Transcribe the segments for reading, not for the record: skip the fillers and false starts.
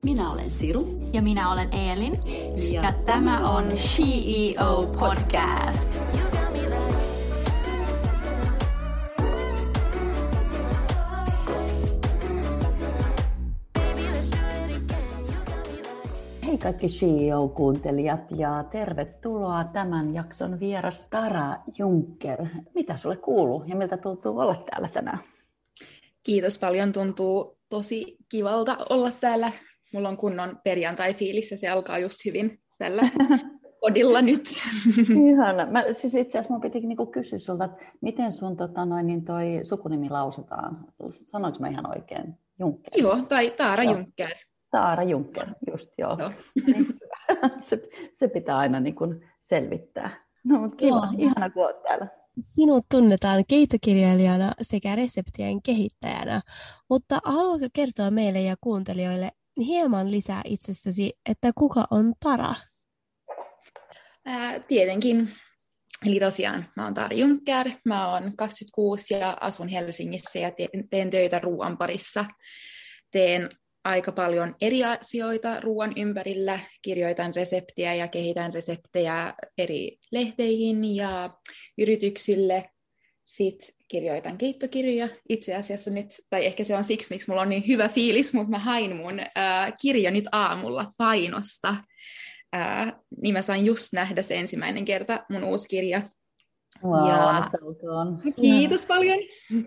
Minä olen Siru. Ja minä olen Eelin. Ja tämä on CEO Podcast. Hei kaikki CEO-kuuntelijat ja tervetuloa tämän jakson vieras Tara Juncker. Mitä sulle kuuluu ja miltä tuntuu olla täällä tänään? Kiitos paljon, tuntuu tosi kivalta olla täällä. Mulla on kunnon perjantai-fiilis ja se alkaa just hyvin tällä podilla nyt. Ihana. Siis itse asiassa mun piti kysyä sulta, että miten sun toi sukunimi lausutaan? Sanoinko mä ihan oikein? Juncker? Joo, tai Tara Juncker. Tara Juncker, just joo. Se pitää aina selvittää. No, mutta kiva, ihana kun olet täällä. Sinut tunnetaan keittokirjailijana sekä reseptien kehittäjänä, mutta haluatko kertoa meille ja kuuntelijoille hieman lisää itsestäsi, että kuka on Tara? Tietenkin. Eli tosiaan mä oon Tara Juncker, mä oon 26 ja asun Helsingissä ja teen töitä ruoan parissa. Teen aika paljon eri asioita ruoan ympärillä, kirjoitan reseptiä ja kehitän reseptejä eri lehteihin ja yrityksille. Sitten kirjoitan keittokirjoja itse asiassa nyt, tai ehkä se on siksi, miksi mulla on niin hyvä fiilis, mutta mä hain mun kirja nyt aamulla Painosta. Niin mä sain just nähdä se ensimmäinen kerta, mun uusi kirja. Wow, ja kiitos paljon.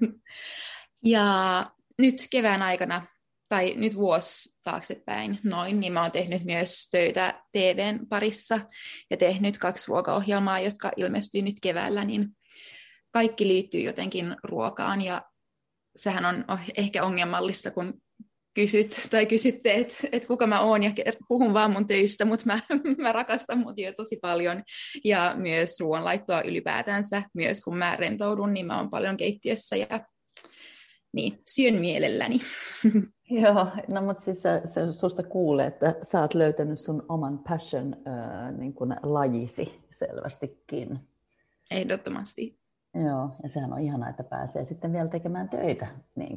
Ja nyt kevään aikana, tai nyt vuosi taaksepäin niin mä oon tehnyt myös töitä TVn parissa ja tehnyt 2 ruokaohjelmaa, jotka ilmestyy nyt keväällä, niin kaikki liittyy jotenkin ruokaan ja sehän on ehkä ongelmallista, kun kysytte, että kuka mä oon ja puhun vaan mun töistä, mutta mä rakastan mun työ tosi paljon ja myös ruoanlaittoa ylipäätänsä, myös kun mä rentoudun, niin mä oon paljon keittiössä ja niin, syön mielelläni. Joo, no mutta siis se susta kuulee, että sä oot löytänyt sun oman passion lajisi selvästikin. Ehdottomasti. Joo, ja sehän on ihanaa, että pääsee sitten vielä tekemään töitä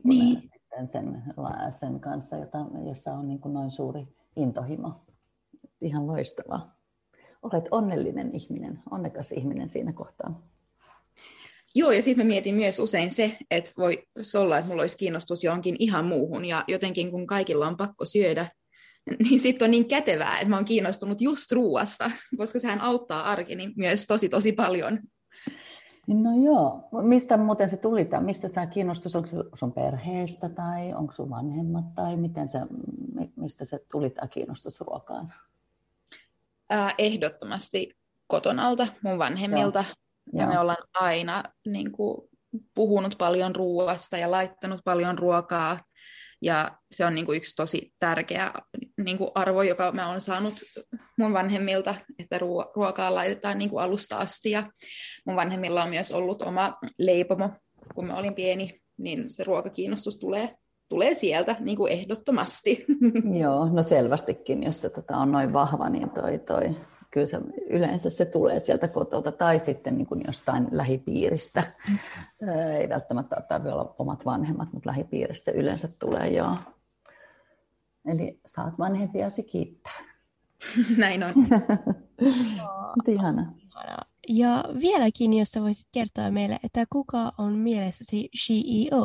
sen kanssa, jossa on noin suuri intohimo. Ihan loistavaa. Olet onnellinen ihminen, onnekas ihminen siinä kohtaa. Joo, ja sitten mä mietin myös usein se, että voi olla, että mulla olisi kiinnostus johonkin ihan muuhun, ja jotenkin kun kaikilla on pakko syödä, niin sitten on niin kätevää, että mä oon kiinnostunut just ruuasta, koska sehän auttaa arkeni myös tosi paljon. No joo, mistä muuten se tuli, tai mistä tämä kiinnostus, onko se sun perheestä, tai onko sun vanhemmat, tai mistä se tuli tämä kiinnostus ruokaan? Ehdottomasti kotonalta, mun vanhemmilta. Ja me ollaan aina puhunut paljon ruoasta ja laittanut paljon ruokaa. Ja se on yksi tosi tärkeä arvo, joka mä oon saanut mun vanhemmilta, että ruokaa laitetaan alusta asti. Ja mun vanhemmilla on myös ollut oma leipomo, kun mä olin pieni, niin se ruokakiinnostus tulee sieltä ehdottomasti. Joo, no selvästikin, jos se on noin vahva, niin kyllä yleensä se tulee sieltä kotolta tai sitten jostain lähipiiristä. Ei välttämättä tarvitse olla omat vanhemmat, mutta lähipiiristä yleensä tulee, joo. Eli saat vanhempiasi kiittää. Näin on. Ihana. Ja vieläkin, jos sä voisit kertoa meille, että kuka on mielessäsi CEO?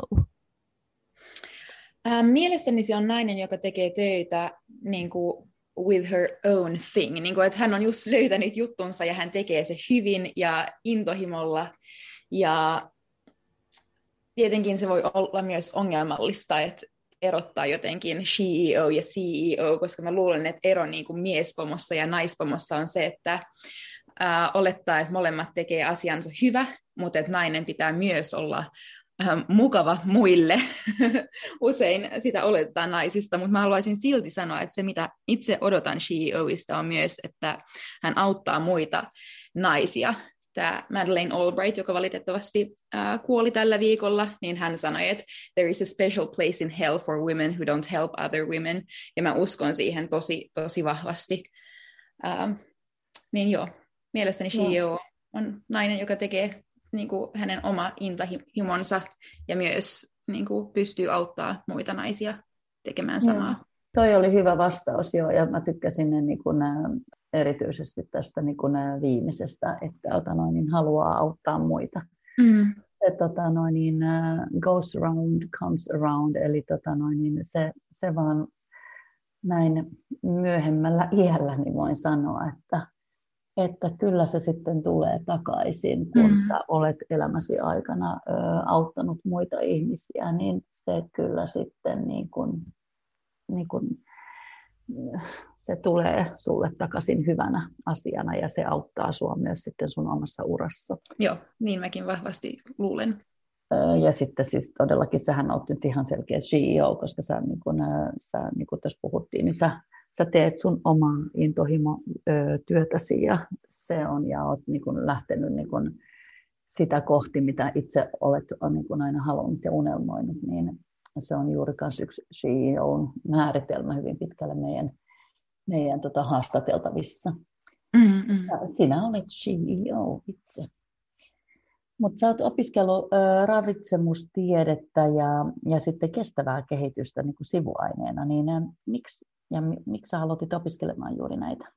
Mielessäni se on nainen, joka tekee töitä with her own thing, että hän on just löytänyt juttunsa ja hän tekee se hyvin ja intohimolla. Ja tietenkin se voi olla myös ongelmallista, että erottaa jotenkin CEO ja CEO, koska mä luulen, että ero miespomossa ja naispomossa on se, että olettaa, että molemmat tekee asiansa hyvä, mutta että nainen pitää myös olla mukava muille. Usein sitä oletetaan naisista, mutta mä haluaisin silti sanoa, että se mitä itse odotan CEOista on myös, että hän auttaa muita naisia. Tämä Madeleine Albright, joka valitettavasti kuoli tällä viikolla, niin hän sanoi, että there is a special place in hell for women who don't help other women, ja mä uskon siihen tosi vahvasti. Niin joo, mielestäni CEO on nainen, joka tekee hänen oma intohimonsa ja myös pystyy auttaa muita naisia tekemään samaa. Toi oli hyvä vastaus, joo, ja mä tykkäsin ne, niin kun, erityisesti tästä niin kun, viimeisestä, että niin haluaa auttaa muita. Goes around, comes around, eli niin se vaan näin myöhemmällä iällä niin voin sanoa, että kyllä se sitten tulee takaisin, kun sä olet elämäsi aikana auttanut muita ihmisiä, niin se kyllä sitten niin kun, se tulee sulle takaisin hyvänä asiana ja se auttaa sua myös sitten sun omassa urassa. Joo, niin mäkin vahvasti luulen. Ja sitten siis todellakin sähän oot nyt ihan selkeä CEO, koska sä niin kuin tässä puhuttiin, niin sä teet sun omaa intohimo-työtäsi ja se on, ja oot niin kuin lähtenyt niin kuin sitä kohti, mitä itse olet niin kuin aina halunnut ja unelmoinut, niin se on juuri myös yksi CEO-määritelmä hyvin pitkälle meidän haastateltavissa. Sinä olet CEO itse. Mutta sä oot opiskellut ravitsemustiedettä ja sitten kestävää kehitystä niin kuin sivuaineena, niin miksi sä aloitit opiskelemaan juuri näitä?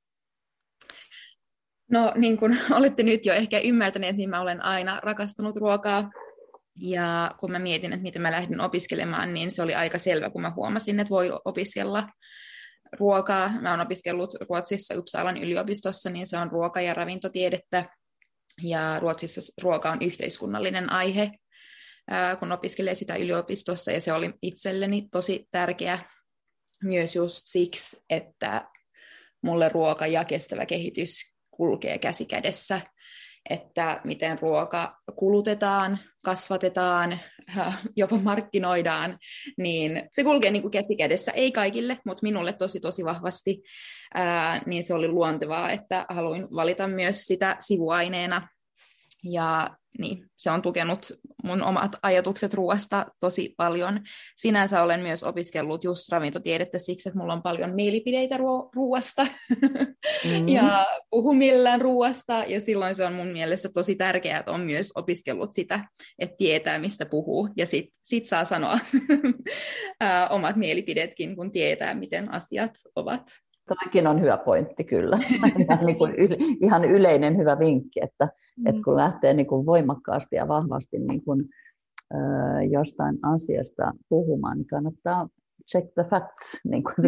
No niin kuin olette nyt jo ehkä ymmärtäneet, niin mä olen aina rakastanut ruokaa. Ja kun mä mietin, että miten mä lähdin opiskelemaan, niin se oli aika selvä, kun mä huomasin, että voi opiskella ruokaa. Mä oon opiskellut Ruotsissa Uppsalan yliopistossa, niin se on ruoka- ja ravintotiedettä. Ja Ruotsissa ruoka on yhteiskunnallinen aihe, kun opiskelee sitä yliopistossa. Ja se oli itselleni tosi tärkeä myös just siksi, että mulle ruoka ja kestävä kehitys kulkee käsi kädessä. Että miten ruoka kulutetaan, kasvatetaan, jopa markkinoidaan, niin se kulkee niin kuin käsi kädessä, ei kaikille, mutta minulle tosi vahvasti, niin se oli luontevaa, että haluin valita myös sitä sivuaineena, ja niin, se on tukenut mun omat ajatukset ruoasta tosi paljon. Sinänsä olen myös opiskellut just ravintotiedettä siksi, että mulla on paljon mielipideitä ruoasta ja puhumillaan ruoasta, ja silloin se on mun mielestä tosi tärkeää, että on myös opiskellut sitä, että tietää, mistä puhuu, ja sit saa sanoa omat mielipiteetkin, kun tietää, miten asiat ovat. Tämäkin on hyvä pointti kyllä. Niin kuin ihan yleinen hyvä vinkki, että kun lähtee niin kuin voimakkaasti ja vahvasti niin kuin, jostain asiasta puhumaan, niin kannattaa check the facts. Niin kuin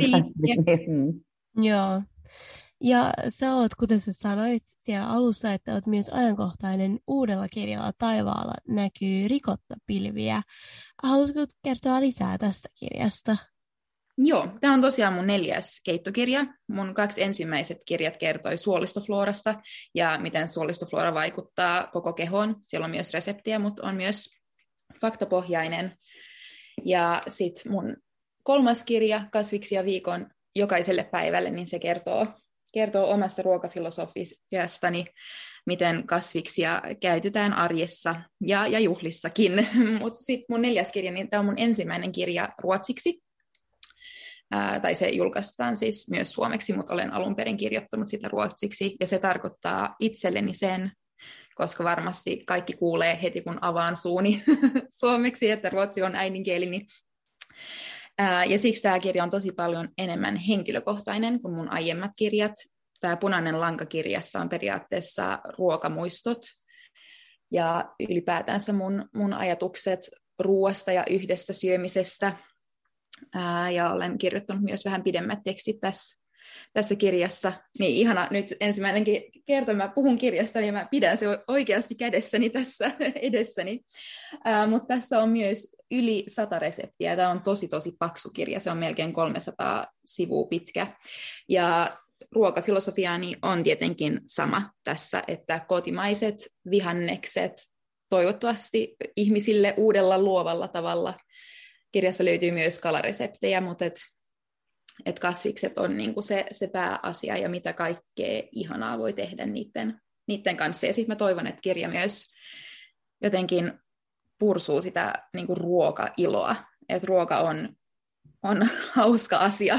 Joo. Ja sä oot, kuten sä sanoit siellä alussa, että oot myös ajankohtainen uudella kirjalla Taivaalla näkyy rikottapilviä. Haluatko kertoa lisää tästä kirjasta? Joo, tämä on tosiaan mun 4. keittokirja. Mun 2 ensimmäiset kirjat kertoi suolistofluorasta ja miten suolistofluora vaikuttaa koko kehoon. Siellä on myös reseptiä, mutta on myös faktapohjainen. Ja sitten mun 3. kirja, Kasviksia viikon jokaiselle päivälle, niin se kertoo omasta ruokafilosofiastani, miten kasviksia käytetään arjessa ja juhlissakin. Mutta sitten mun 4. kirja, niin tämä on mun ensimmäinen kirja ruotsiksi. Tai se julkaistaan siis myös suomeksi, mutta olen alun perin kirjoittanut sitä ruotsiksi, ja se tarkoittaa itselleni sen, koska varmasti kaikki kuulee heti, kun avaan suuni suomeksi, että ruotsi on äidinkielini. Ja siksi tämä kirja on tosi paljon enemmän henkilökohtainen kuin mun aiemmat kirjat. Tämä punainen lanka kirjassa on periaatteessa ruokamuistot, ja ylipäätänsä mun ajatukset ruoasta ja yhdessä syömisestä. Ja olen kirjoittanut myös vähän pidemmät tekstit tässä kirjassa. Niin ihana, nyt ensimmäinen kerta mä puhun kirjasta ja mä pidän se oikeasti kädessäni tässä edessäni. Mutta tässä on myös yli 100 reseptiä. Tämä on tosi paksu kirja, se on melkein 300 sivua pitkä. Ja ruokafilosofiani on tietenkin sama tässä, että kotimaiset vihannekset toivottavasti ihmisille uudella luovalla tavalla. Kirjassa löytyy myös kalareseptejä, mutta et kasvikset on niinku se pääasia ja mitä kaikkea ihanaa voi tehdä niiden kanssa. Ja sitten mä toivon, että kirja myös jotenkin pursuu sitä niinku ruokailoa, että ruoka on hauska asia.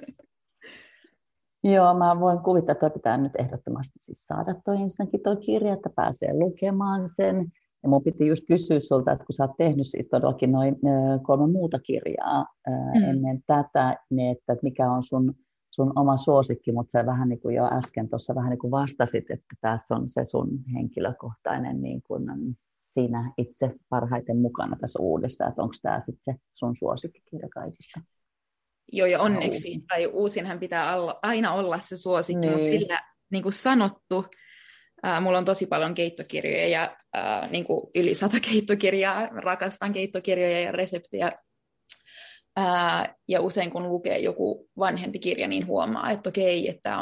Joo, mä voin kuvitella, että pitää nyt ehdottomasti siis saada ensinnäkin tuo kirja, että pääsee lukemaan sen. Ja mun piti just kysyä sulta, että kun sä oot tehnyt siis todellakin noin 3 muuta kirjaa ennen tätä, niin että mikä on sun oma suosikki, mutta sä vähän niin kuin jo äsken tuossa vähän niin kuin vastasit, että tässä on se sun henkilökohtainen niin kuin, siinä itse parhaiten mukana tässä uudessa, että onko tämä sitten se sun suosikkikirja kaikista? Joo, ja onneksi, tai uusinhan pitää aina olla se suosikki, niin. Mutta sillä niin kuin sanottu, mulla on tosi paljon keittokirjoja ja niin kuin yli 100 keittokirjaa, rakastan keittokirjoja ja reseptejä. Ja usein kun lukee joku vanhempi kirja, niin huomaa, että okei, että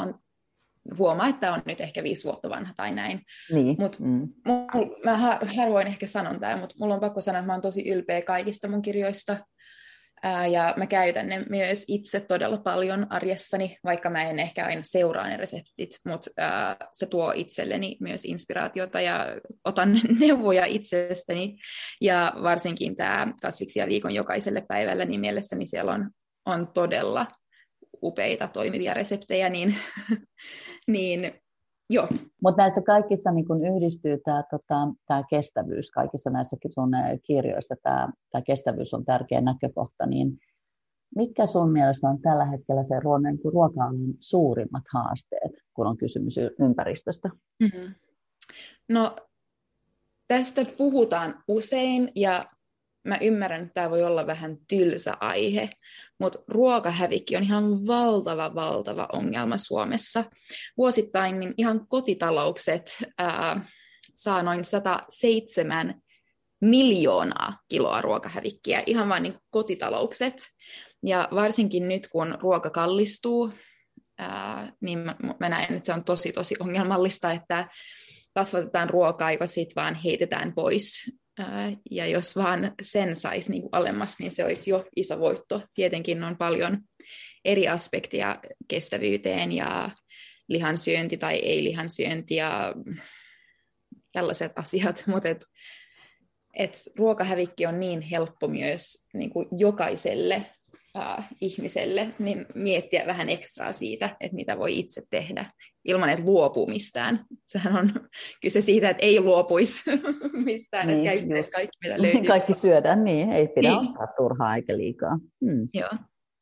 on nyt ehkä 5 vuotta vanha tai näin. Niin. Mä harvoin ehkä sanon tämä, mutta mulla on pakko sanoa, että mä oon tosi ylpeä kaikista mun kirjoista. Ja mä käytän ne myös itse todella paljon arjessani, vaikka mä en ehkä aina seuraa ne reseptit, mutta se tuo itselleni myös inspiraatiota ja otan neuvoja itsestäni. Ja varsinkin tämä kasviksia viikon jokaiselle päivällä, niin mielessäni siellä on todella upeita toimivia reseptejä, niin joo. Mutta näissä kaikissa niin kun yhdistyy tämä kestävyys, kaikissa näissä sun kirjoissa tämä kestävyys on tärkeä näkökohta, niin mitkä sun mielestä on tällä hetkellä se ruoka-alan suurimmat haasteet, kun on kysymys ympäristöstä? Mm-hmm. No, tästä puhutaan usein ja mä ymmärrän, että tämä voi olla vähän tylsä aihe, mutta ruokahävikki on ihan valtava ongelma Suomessa. Vuosittain niin ihan kotitaloukset saa noin 107 miljoonaa kiloa ruokahävikkiä, ihan vain niin kuin kotitaloukset. Ja varsinkin nyt, kun ruoka kallistuu, niin mä näen, että se on tosi ongelmallista, että kasvatetaan ruokaa, joka sitten vaan heitetään pois. Ja jos vaan sen saisi niin kuin alemmas, niin se olisi jo iso voitto. Tietenkin on paljon eri aspekteja kestävyyteen ja lihansyönti tai ei-lihansyönti ja tällaiset asiat, mutta ruokahävikki on niin helppo myös niin kuin jokaiselle ihmiselle, niin miettiä vähän ekstraa siitä, että mitä voi itse tehdä ilman, että luopuu mistään. Sehän on kyse siitä, että ei luopuisi mistään, niin, että käyttäisi kaikki, mitä löytyy. Kaikki syödään, niin ei pidä ostaa turhaa eikä liikaa. Joo.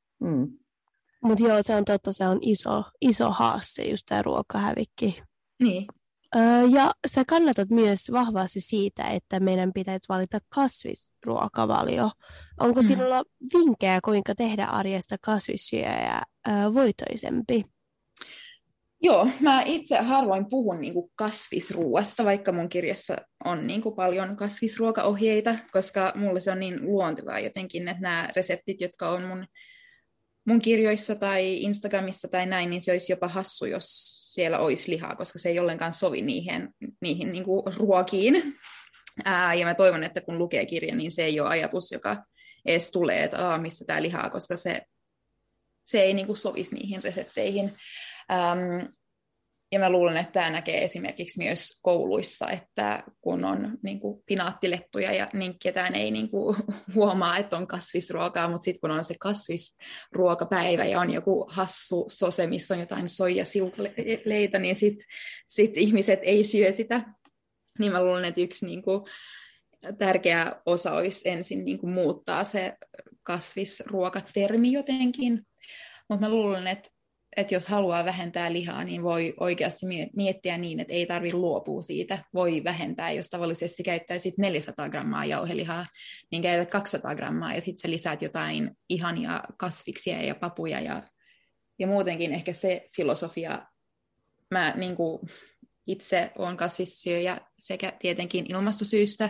Mutta joo, se on totta, se on iso haaste, just tämä ruokahävikki. Niin. Ja sä kannatat myös vahvasti siitä, että meidän pitäisi valita kasvisruokavalio. Onko sinulla vinkkejä, kuinka tehdä arjesta kasvissyöjä voitoisempi? Joo, mä itse harvoin puhun niinku kasvisruuasta, vaikka mun kirjassa on niinku paljon kasvisruokaohjeita, koska mulle se on niin luontevaa jotenkin, että nämä reseptit, jotka on mun kirjoissa tai Instagramissa tai näin, niin se olisi jopa hassu, jos siellä olisi lihaa, koska se ei ollenkaan sovi niihin niinku ruokiin. Ja mä toivon, että kun lukee kirjan, niin se ei ole ajatus, joka edes tulee, että missä tämä lihaa, koska se ei niinku sovisi niihin resepteihin. Ja mä luulen, että tämä näkee esimerkiksi myös kouluissa, että kun on niin kuin pinaattilettuja, niin ketään ei niin kuin huomaa, että on kasvisruokaa, mutta sitten kun on se kasvisruokapäivä ja on joku hassu sose, missä on jotain soijasiukaleita, niin sit ihmiset ei syö sitä. Niin mä luulen, että yksi niin kuin tärkeä osa olisi ensin niin kuin muuttaa se kasvisruokatermi jotenkin. Mutta mä luulen, että jos haluaa vähentää lihaa, niin voi oikeasti miettiä niin, että ei tarvitse luopua siitä. Voi vähentää, jos tavallisesti käyttäisit 400 grammaa jauhelihaa, niin käytät 200 grammaa ja sitten sä lisäät jotain ihania kasviksia ja papuja. Ja muutenkin ehkä se filosofia, mä niin kuin itse olen kasvissyöjä sekä tietenkin ilmastosyistä,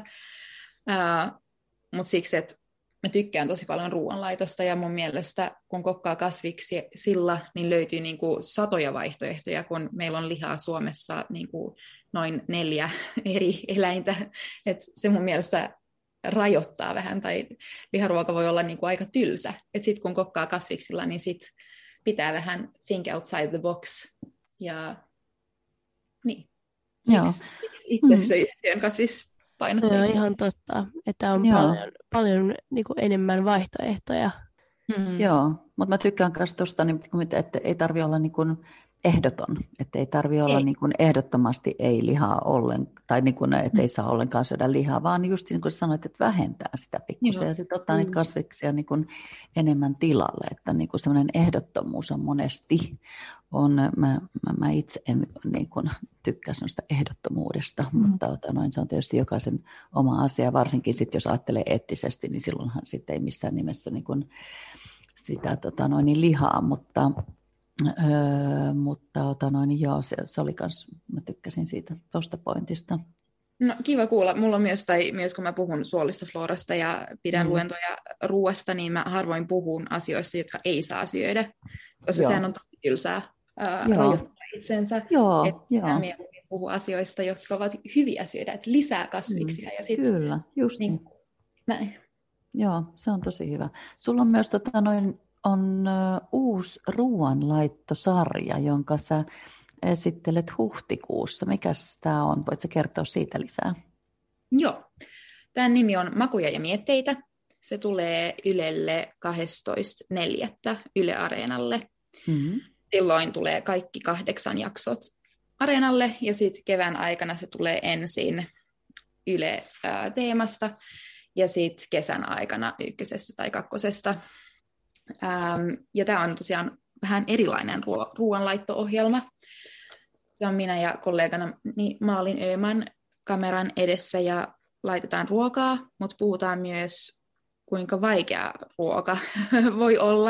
mutta siksi, että mä tykkään tosi paljon ruoanlaitosta ja mun mielestä, kun kokkaa kasviksi sillä, niin löytyy niin kuin satoja vaihtoehtoja, kun meillä on lihaa Suomessa niin kuin noin 4 eri eläintä. Et se mun mielestä rajoittaa vähän, tai liharuoka voi olla niin kuin aika tylsä. Sitten kun kokkaa kasviksilla, niin sit pitää vähän think outside the box. Ja niin, siksi itse syön kasvispainotteita. Joo, ihan totta, että on paljon niin kuin enemmän vaihtoehtoja. Joo, mutta mä tykkään myös tuosta, että ei tarvitse olla, ehdoton, että ei tarvitse olla niin kuin ehdottomasti ei lihaa ollenkaan, tai niin kuin, että ei saa ollenkaan syödä lihaa, vaan just niin kuin sanoit, että vähentää sitä pikkusen ja sitten ottaa niitä kasviksia niin kuin enemmän tilalle, että niin kuin semmoinen ehdottomuus on monesti, mä itse en niin kuin tykkää semmoista ehdottomuudesta, mutta se on tietysti jokaisen oma asia, varsinkin sitten jos ajattelee eettisesti, niin silloinhan sitten ei missään nimessä niin kuin sitä lihaa, mutta joo, se oli kans, mä tykkäsin siitä tuosta pointista. No kiva kuulla. Mulla on myös kun mä puhun suolistofloorasta ja pidän luentoja ruoasta, niin mä harvoin puhun asioista, jotka ei saa syödä, koska sehän on tosi tylsää rajoittaa itsensä. Mä mieluummin puhun asioista, jotka ovat hyviä syödä, että lisää kasviksia. Ja sit, kyllä, just niin. Näin. Joo, se on tosi hyvä. Sulla on myös on uusi ruoanlaittosarja, jonka sä esittelet huhtikuussa. Mikäs tämä on? Voitko kertoa siitä lisää? Joo. Tämän nimi on Makuja ja mietteitä. Se tulee Ylelle 12.4. Yle Areenalle. Mm-hmm. Silloin tulee kaikki 8 jaksot Areenalle ja sitten kevään aikana se tulee ensin Yle Teemasta ja sitten kesän aikana 1. tai 2. Ja tämä on tosiaan vähän erilainen ruoanlaitto-ohjelma. Se on minä ja kollegana Malin Öhman kameran edessä ja laitetaan ruokaa, mutta puhutaan myös, kuinka vaikea ruoka voi olla.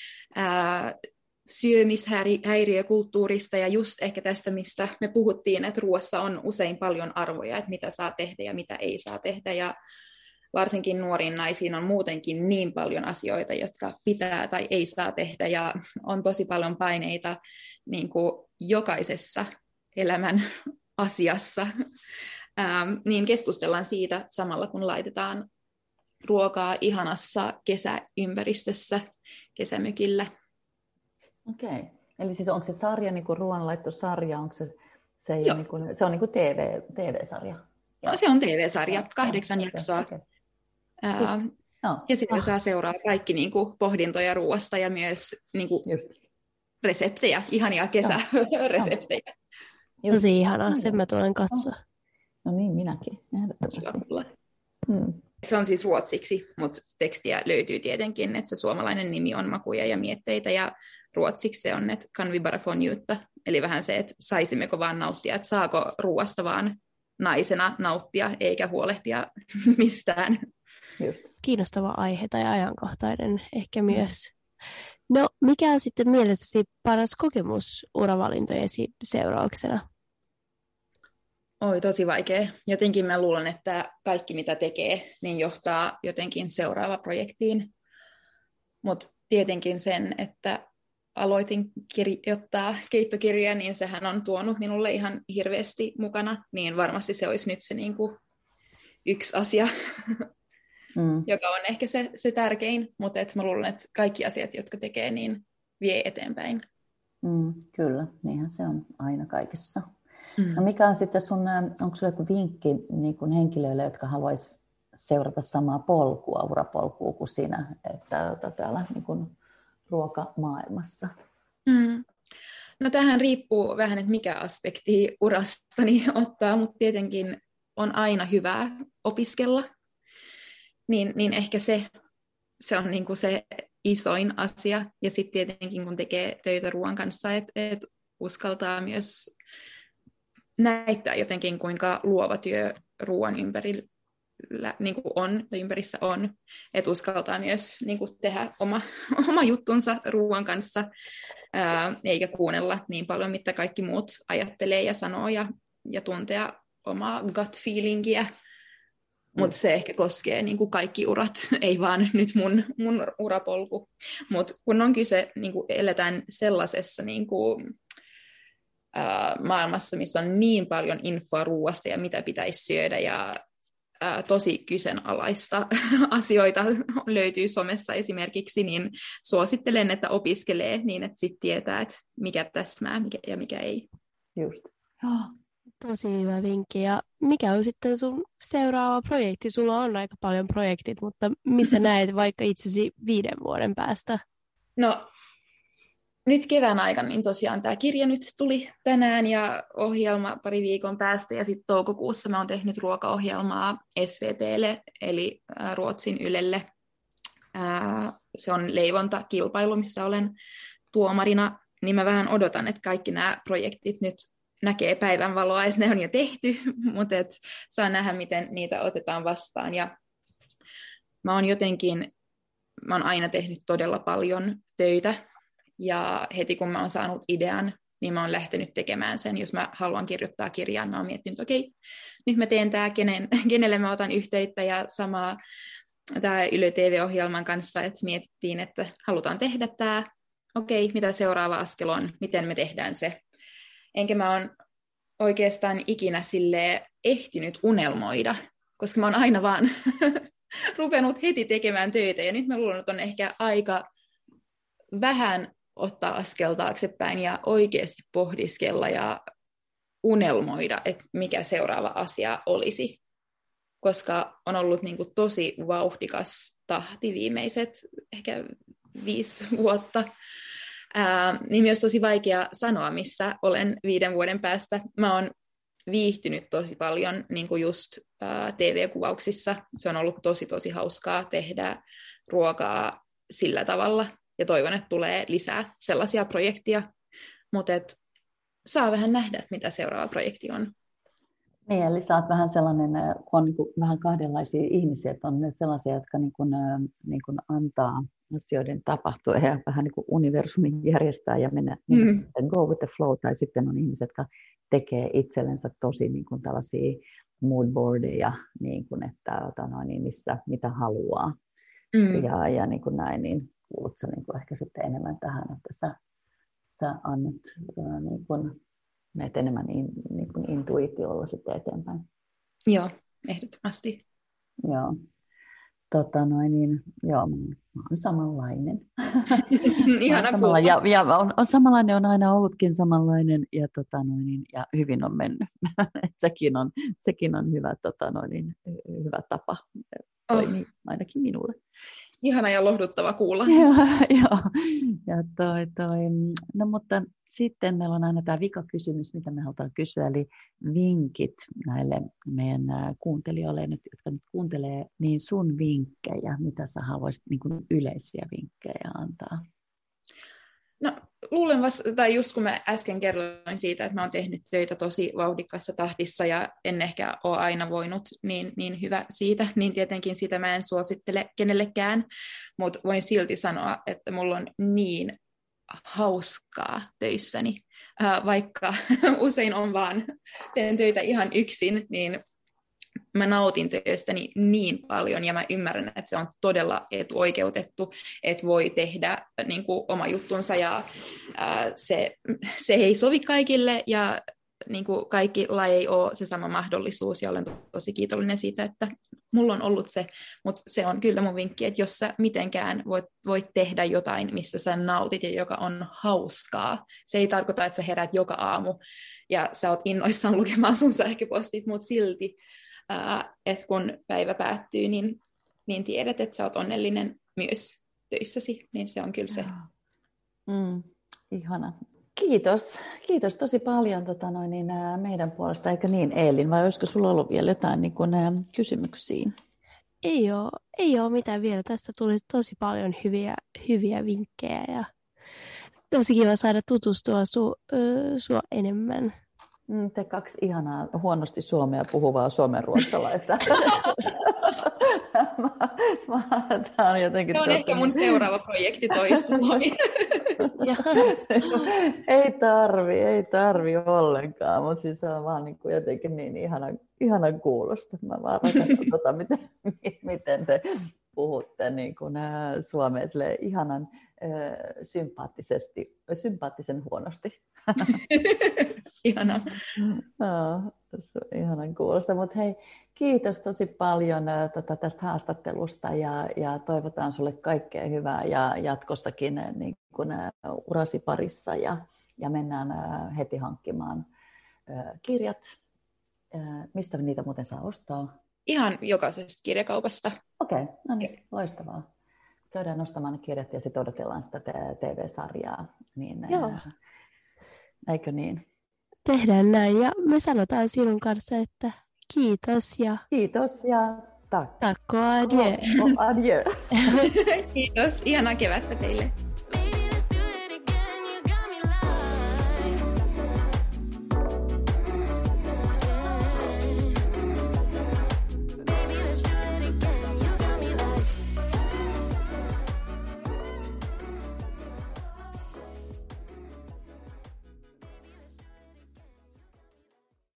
Syömishäiriökulttuurista ja just ehkä tästä, mistä me puhuttiin, että ruoassa on usein paljon arvoja, että mitä saa tehdä ja mitä ei saa tehdä. Ja varsinkin nuoriin naisiin on muutenkin niin paljon asioita, jotka pitää tai ei saa tehdä, ja on tosi paljon paineita niin kuin jokaisessa elämän asiassa. Niin keskustellaan siitä samalla, kun laitetaan ruokaa ihanassa kesäympäristössä, kesämökillä. Okei. Eli siis onko se sarja, niin kuin ruoanlaittosarja, onko se niin kuin, se on niin kuin TV-sarja? No, se on TV-sarja, 8 jaksoa. Okay. Ja sitten saa seuraa kaikki niin kuin pohdintoja ruoasta ja myös niin kuin reseptejä, ihania kesäreseptejä. Tosi ihanaa, sen mä tulen katsoa. No niin, minäkin, ehdottomasti. Se on siis ruotsiksi, mutta tekstiä löytyy tietenkin, että se suomalainen nimi on Makuja ja mietteitä, ja ruotsiksi se on, että kan vi bara få njuta, eli vähän se, että saisimmeko vaan nauttia, että saako ruoasta vaan naisena nauttia, eikä huolehtia mistään. Just. Kiinnostava aihe tai ajankohtainen ehkä myös. No, mikä on sitten mielessäsi paras kokemus uravalintojesi seurauksena? Oi, tosi vaikea. Jotenkin mä luulen, että kaikki mitä tekee, niin johtaa jotenkin seuraavaan projektiin. Mutta tietenkin sen, että aloitin kirjoittaa keittokirjaa, niin sehän on tuonut minulle ihan hirveästi mukana. Niin varmasti se olisi nyt se niinku yksi asia, joka on ehkä se tärkein. Mutta mä luulen, että kaikki asiat, jotka tekee, niin vie eteenpäin. Kyllä, niinhän se on aina kaikessa. No mikä on sitten onko sinulla joku vinkki niin kuin henkilöille, jotka haluaisi seurata samaa polkua, urapolkua kuin sinä, että täällä niin kuin ruokamaailmassa? No tämähän riippuu vähän, että mikä aspekti urastani ottaa, mutta tietenkin on aina hyvä opiskella. Niin ehkä se on niin kuin se isoin asia. Ja sitten tietenkin kun tekee töitä ruoan kanssa, että uskaltaa myös näyttää jotenkin, kuinka luova työ ruoan ympärillä niin kuin on, tai ympärissä on, että uskaltaa myös niin kuin tehdä oma juttunsa ruoan kanssa, eikä kuunnella niin paljon, mitä kaikki muut ajattelee ja sanoo, ja tuntea omaa gut feelingiä. Mutta se ehkä koskee niin kuin kaikki urat, ei vaan nyt mun urapolku. Mutta kun on kyse, niin kuin eletään sellaisessa niin kuin maailmassa, missä on niin paljon infoa ruoasta ja mitä pitäisi syödä ja tosi kyseenalaista asioita löytyy somessa esimerkiksi, niin suosittelen, että opiskelee niin, että sitten tietää, että mikä täsmää ja mikä ei. Just. Tosi hyvä vinkki. Ja mikä on sitten sun seuraava projekti? Sulla on aika paljon projektit, mutta missä näet vaikka itsesi 5 vuoden päästä? No, nyt kevään aikana niin tosiaan tämä kirja nyt tuli tänään ja ohjelma pari viikon päästä ja sitten toukokuussa mä oon tehnyt ruokaohjelmaa SVT:lle eli Ruotsin Ylelle. Se on leivontakilpailu, missä olen tuomarina, niin mä vähän odotan, että kaikki nämä projektit nyt näkee päivänvaloa, että ne on jo tehty, mutta saa nähdä, miten niitä otetaan vastaan. Ja mä oon aina tehnyt todella paljon töitä, ja heti kun mä oon saanut idean, niin mä oon lähtenyt tekemään sen. Jos mä haluan kirjoittaa kirjaan, mä oon miettinyt, että okei, nyt mä teen tää, kenelle mä otan yhteyttä, ja samaa tämä Yle TV-ohjelman kanssa, että mietittiin, että halutaan tehdä tämä, okei, mitä seuraava askel on, miten me tehdään se. Enkä mä oon oikeastaan ikinä silleen ehtinyt unelmoida, koska mä oon aina vaan rupenut heti tekemään töitä, ja nyt mä luulen, että on ehkä aika vähän ottaa askel taaksepäin ja oikeasti pohdiskella ja unelmoida, että mikä seuraava asia olisi. Koska on ollut niin kuin tosi vauhdikas tahti viimeiset ehkä 5 vuotta. Niin myös tosi vaikea sanoa, missä olen 5 vuoden päästä. Mä oon viihtynyt tosi paljon niin kuin just TV-kuvauksissa. Se on ollut tosi hauskaa tehdä ruokaa sillä tavalla. Ja toivon, että tulee lisää sellaisia projekteja. Mutta saa vähän nähdä, mitä seuraava projekti on. Niin, eli sä oot vähän sellainen, kun on niin kuin vähän kahdenlaisia ihmisiä, että on ne sellaisia, jotka niin kuin antaa asioiden tapahtua ja vähän niin kuin universumin järjestää ja mennä sitten go with the flow, tai sitten on ihmiset, jotka tekee itsellensä tosi niin kuin tällaisia moodboardeja, niin kuin, että missä, mitä haluaa. Ja niin kuin näin, niin kuulut sä niin kuin ehkä sitten enemmän tähän, että sä annat niin kuin, meet enemmän niin kuin intuitiolla sitten eteenpäin. Joo, ehdottomasti. Joo. Joo, mä oon samanlainen. Ihana kuulla. Ja on samanlainen, on aina ollutkin samanlainen, ja hyvin on mennyt. sekin on hyvä, hyvä tapa toimia, ainakin minulle. Ihana ja lohduttava kuulla. No mutta sitten meillä on aina tämä vikakysymys, mitä me halutaan kysyä, eli vinkit näille meidän kuuntelijoille, jotka nyt kuuntelee, niin sun vinkkejä, mitä sä haluaisit niin kuin yleisiä vinkkejä antaa? No luulen tai just kun mä äsken kerroin siitä, että mä oon tehnyt töitä tosi vauhdikkaassa tahdissa ja en ehkä ole aina voinut niin hyvä siitä, niin tietenkin sitä mä en suosittele kenellekään, mutta voin silti sanoa, että mulla on niin hauskaa töissäni, vaikka usein on vaan teen töitä ihan yksin, niin mä nautin töistäni niin paljon ja mä ymmärrän, että se on todella etuoikeutettu, että voi tehdä niin kuin oma juttunsa ja se ei sovi kaikille ja niin kuin kaikilla ei ole se sama mahdollisuus ja olen tosi kiitollinen siitä, että mulla on ollut se, mutta se on kyllä mun vinkki, että jos sä mitenkään voit tehdä jotain, missä sä nautit ja joka on hauskaa. Se ei tarkoita, että sä heräät joka aamu ja sä oot innoissaan lukemaan sun sähköpostit, mutta silti, että kun päivä päättyy, niin tiedät, että sä oot onnellinen myös töissäsi, niin se on kyllä se. Ihana. Kiitos tosi paljon meidän puolesta, eikä niin Eelin, vai olisiko sulla ollut vielä jotain kysymyksiä? Ei ole mitään vielä. Tässä tuli tosi paljon hyviä vinkkejä ja tosi kiva saada tutustua sua enemmän. Te 2 ihanaa huonosti suomea puhuvaa suomenruotsalaista. Tämä on jotenkin se on ehkä mun seuraava projekti toisuumi. Ei tarvi ollenkaan, mutta siis se on vaan niin kuin jotenkin niin ihana kuulosta. Mä vaan rakastan miten te puhutte niin kuin suomea ihanan sympaattisen huonosti. Ihanaa. Ihanan kuulosta, mutta hei, kiitos tosi paljon tästä haastattelusta ja toivotaan sulle kaikkea hyvää ja jatkossakin niin kuin, urasi parissa ja mennään heti hankkimaan kirjat. Mistä niitä muuten saa ostaa? Ihan jokaisesta kirjakaupasta. Okei, no niin, loistavaa. käydään nostamaan ne kirjat ja sitten odotellaan sitä TV-sarjaa. Niin, Joo. Eikö niin? Tehdään näin ja me sanotaan sinun kanssa, että kiitos ja... Kiitos ja tack. Tack och adjö. Adjö. Kiitos, ihanaa kevättä teille.